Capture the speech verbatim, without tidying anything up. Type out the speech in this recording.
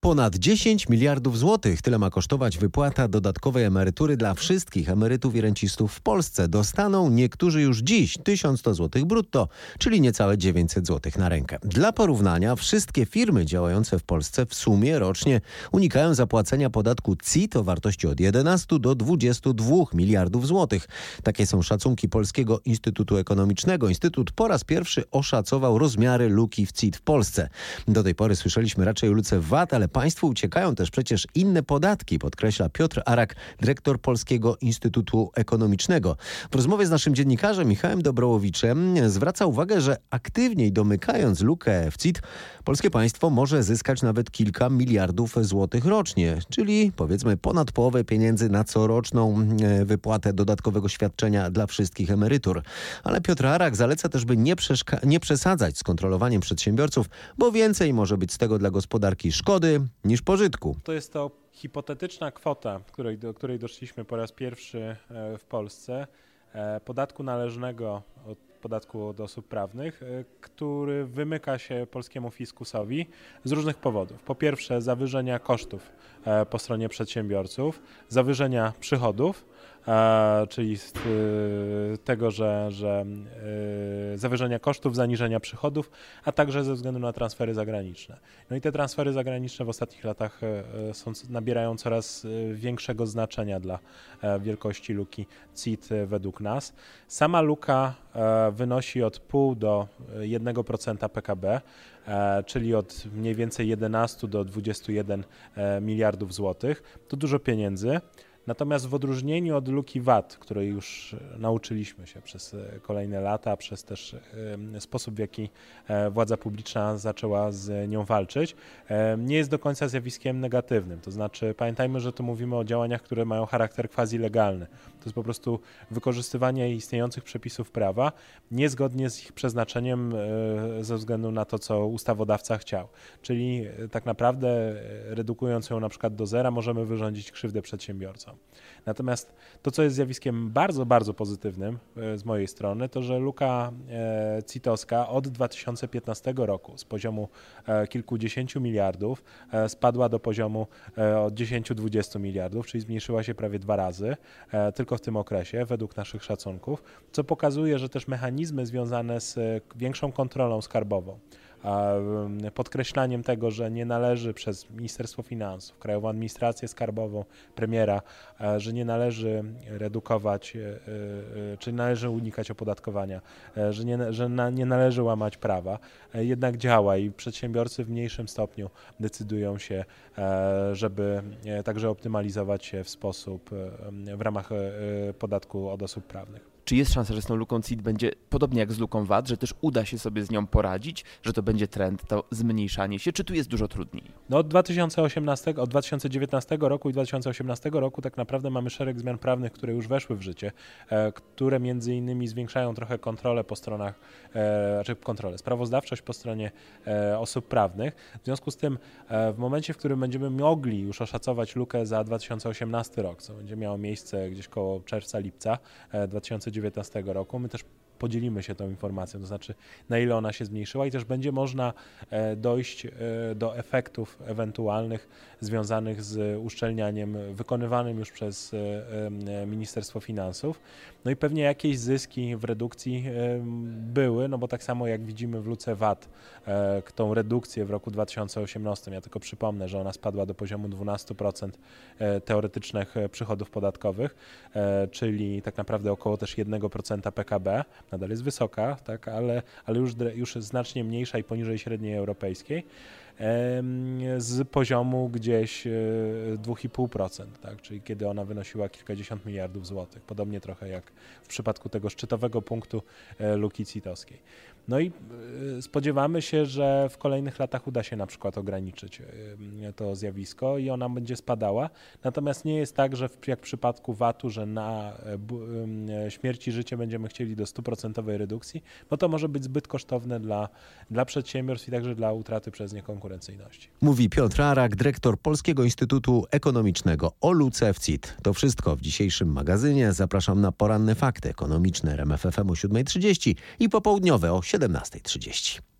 Ponad dziesięć miliardów złotych. Tyle ma kosztować wypłata dodatkowej emerytury dla wszystkich emerytów i rencistów w Polsce. Dostaną niektórzy już dziś tysiąc sto złotych brutto, czyli niecałe dziewięćset złotych na rękę. Dla porównania wszystkie firmy działające w Polsce w sumie rocznie unikają zapłacenia podatku C I T o wartości od jedenastu do dwudziestu dwóch miliardów złotych. Takie są szacunki Polskiego Instytutu Ekonomicznego. Instytut po raz pierwszy oszacował rozmiary luki w C I T w Polsce. Do tej pory słyszeliśmy raczej o luce V A T, ale państwu uciekają też przecież inne podatki, podkreśla Piotr Arak, dyrektor Polskiego Instytutu Ekonomicznego. W rozmowie z naszym dziennikarzem Michałem Dobrołowiczem zwraca uwagę, że aktywniej domykając lukę w C I T, polskie państwo może zyskać nawet kilka miliardów złotych rocznie, czyli powiedzmy ponad połowę pieniędzy na coroczną wypłatę dodatkowego świadczenia dla wszystkich emerytur. Ale Piotr Arak zaleca też, by nie, przeszka- nie przesadzać z kontrolowaniem przedsiębiorców, bo więcej może być z tego dla gospodarki szkody niż pożytku. To jest to hipotetyczna kwota, której, do której doszliśmy po raz pierwszy w Polsce, podatku należnego od podatku od osób prawnych, który wymyka się polskiemu fiskusowi z różnych powodów. Po pierwsze, zawyżenia kosztów po stronie przedsiębiorców, zawyżenia przychodów, czyli z tego, że, że zawyżenia kosztów, zaniżenia przychodów, a także ze względu na transfery zagraniczne. No i te transfery zagraniczne w ostatnich latach są, nabierają coraz większego znaczenia dla wielkości luki C I T według nas. Sama luka wynosi od pół do jednego procenta P K B, czyli od mniej więcej jedenastu do dwudziestu jeden miliardów złotych. To dużo pieniędzy. Natomiast w odróżnieniu od luki V A T, której już nauczyliśmy się przez kolejne lata, przez też sposób, w jaki władza publiczna zaczęła z nią walczyć, nie jest do końca zjawiskiem negatywnym. To znaczy pamiętajmy, że tu mówimy o działaniach, które mają charakter quasi-legalny. To jest po prostu wykorzystywanie istniejących przepisów prawa niezgodnie z ich przeznaczeniem ze względu na to, co ustawodawca chciał. Czyli tak naprawdę redukując ją na przykład do zera, możemy wyrządzić krzywdę przedsiębiorcom. Natomiast to, co jest zjawiskiem bardzo, bardzo pozytywnym z mojej strony, to że luka C I T-owska od dwa tysiące piętnastego roku z poziomu kilkudziesięciu miliardów spadła do poziomu od dziesięciu do dwudziestu miliardów, czyli zmniejszyła się prawie dwa razy, tylko w tym okresie, według naszych szacunków, co pokazuje, że też mechanizmy związane z większą kontrolą skarbową, podkreślaniem tego, że nie należy przez Ministerstwo Finansów, Krajową Administrację Skarbową, premiera, że nie należy redukować, czy należy unikać opodatkowania, że nie, że na, nie należy łamać prawa, jednak działa i przedsiębiorcy w mniejszym stopniu decydują się, żeby także optymalizować się w sposób w ramach podatku od osób prawnych. Czy jest szansa, że z tą luką C I T będzie podobnie jak z luką V A T, że też uda się sobie z nią poradzić, że to będzie trend, to zmniejszanie się, czy tu jest dużo trudniej? No od dwa tysiące osiemnastego, od dwa tysiące dziewiętnastego roku i dwa tysiące osiemnastego roku tak naprawdę mamy szereg zmian prawnych, które już weszły w życie, e, które między innymi zwiększają trochę kontrolę po stronach, e, znaczy kontrolę, sprawozdawczość po stronie e, osób prawnych. W związku z tym e, w momencie, w którym będziemy mogli już oszacować lukę za dwa tysiące osiemnasty rok, co będzie miało miejsce gdzieś koło czerwca, lipca e, dwa tysiące dziewiętnastego roku, my też podzielimy się tą informacją, to znaczy na ile ona się zmniejszyła i też będzie można dojść do efektów ewentualnych związanych z uszczelnianiem wykonywanym już przez Ministerstwo Finansów. No i pewnie jakieś zyski w redukcji były, no bo tak samo jak widzimy w luce V A T, tą redukcję w roku dwa tysiące osiemnastym, ja tylko przypomnę, że ona spadła do poziomu dwunastu procent teoretycznych przychodów podatkowych, czyli tak naprawdę około też jednego procenta P K B, nadal jest wysoka, tak, ale, ale już, już znacznie mniejsza i poniżej średniej europejskiej, z poziomu gdzieś dwa i pół procent, tak, czyli kiedy ona wynosiła kilkadziesiąt miliardów złotych, podobnie trochę jak w przypadku tego szczytowego punktu luki C I T-owskiej. No i spodziewamy się, że w kolejnych latach uda się na przykład ograniczyć to zjawisko i ona będzie spadała, natomiast nie jest tak, że jak w przypadku V A T-u, że na śmierć i życie będziemy chcieli do stuprocentowej redukcji, bo to może być zbyt kosztowne dla, dla przedsiębiorstw i także dla utraty przez nie konkurencyjności. Mówi Piotr Arak, dyrektor Polskiego Instytutu Ekonomicznego o luce w C I T. To wszystko w dzisiejszym magazynie. Zapraszam na poranne fakty ekonomiczne R M F F M o siódma trzydzieści i popołudniowe o siedemnasta trzydzieści.